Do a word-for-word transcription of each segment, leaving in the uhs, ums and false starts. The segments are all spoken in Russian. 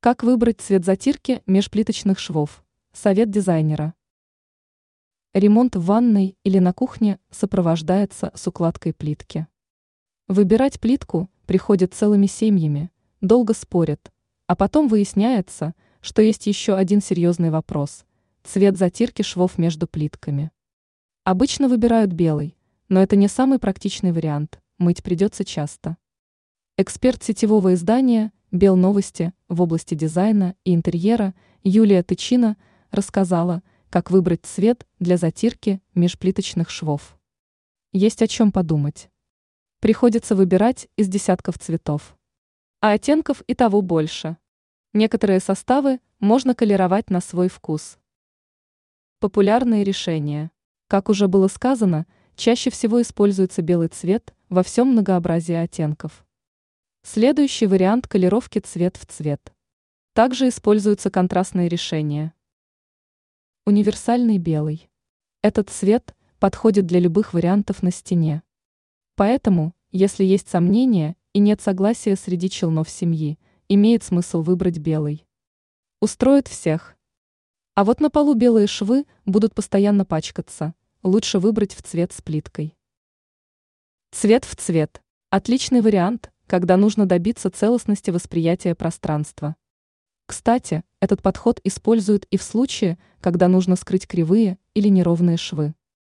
Как выбрать цвет затирки межплиточных швов? Совет дизайнера. Ремонт в ванной или на кухне сопровождается с укладкой плитки. Выбирать плитку приходят целыми семьями, долго спорят, а потом выясняется, что есть еще один серьезный вопрос – цвет затирки швов между плитками. Обычно выбирают белый, но это не самый практичный вариант, мыть придется часто. Эксперт сетевого издания «Белновости» в области дизайна и интерьера Юлия Тычина рассказала, как выбрать цвет для затирки межплиточных швов. Есть о чем подумать. Приходится выбирать из десятков цветов. А оттенков и того больше. Некоторые составы можно колеровать на свой вкус. Популярные решения. Как уже было сказано, чаще всего используется белый цвет во всем многообразии оттенков. Следующий вариант колеровки цвет в цвет. Также используются контрастные решения. Универсальный белый. Этот цвет подходит для любых вариантов на стене. Поэтому, если есть сомнения и нет согласия среди членов семьи, имеет смысл выбрать белый. Устроит всех. А вот на полу белые швы будут постоянно пачкаться, лучше выбрать в цвет с плиткой. Цвет в цвет. Отличный вариант, когда нужно добиться целостности восприятия пространства. Кстати, этот подход используют и в случае, когда нужно скрыть кривые или неровные швы.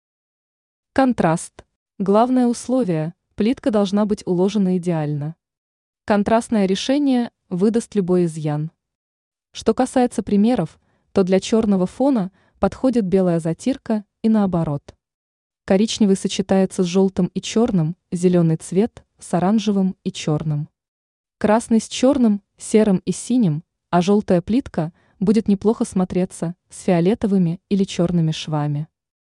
Контраст. Главное условие – плитка должна быть уложена идеально. Контрастное решение выдаст любой изъян. Что касается примеров, то для черного фона подходит белая затирка и наоборот. Коричневый сочетается с желтым и черным, зеленый цвет с оранжевым и черным. Красный с черным, серым и синим, а желтая плитка будет неплохо смотреться с фиолетовыми или черными швами.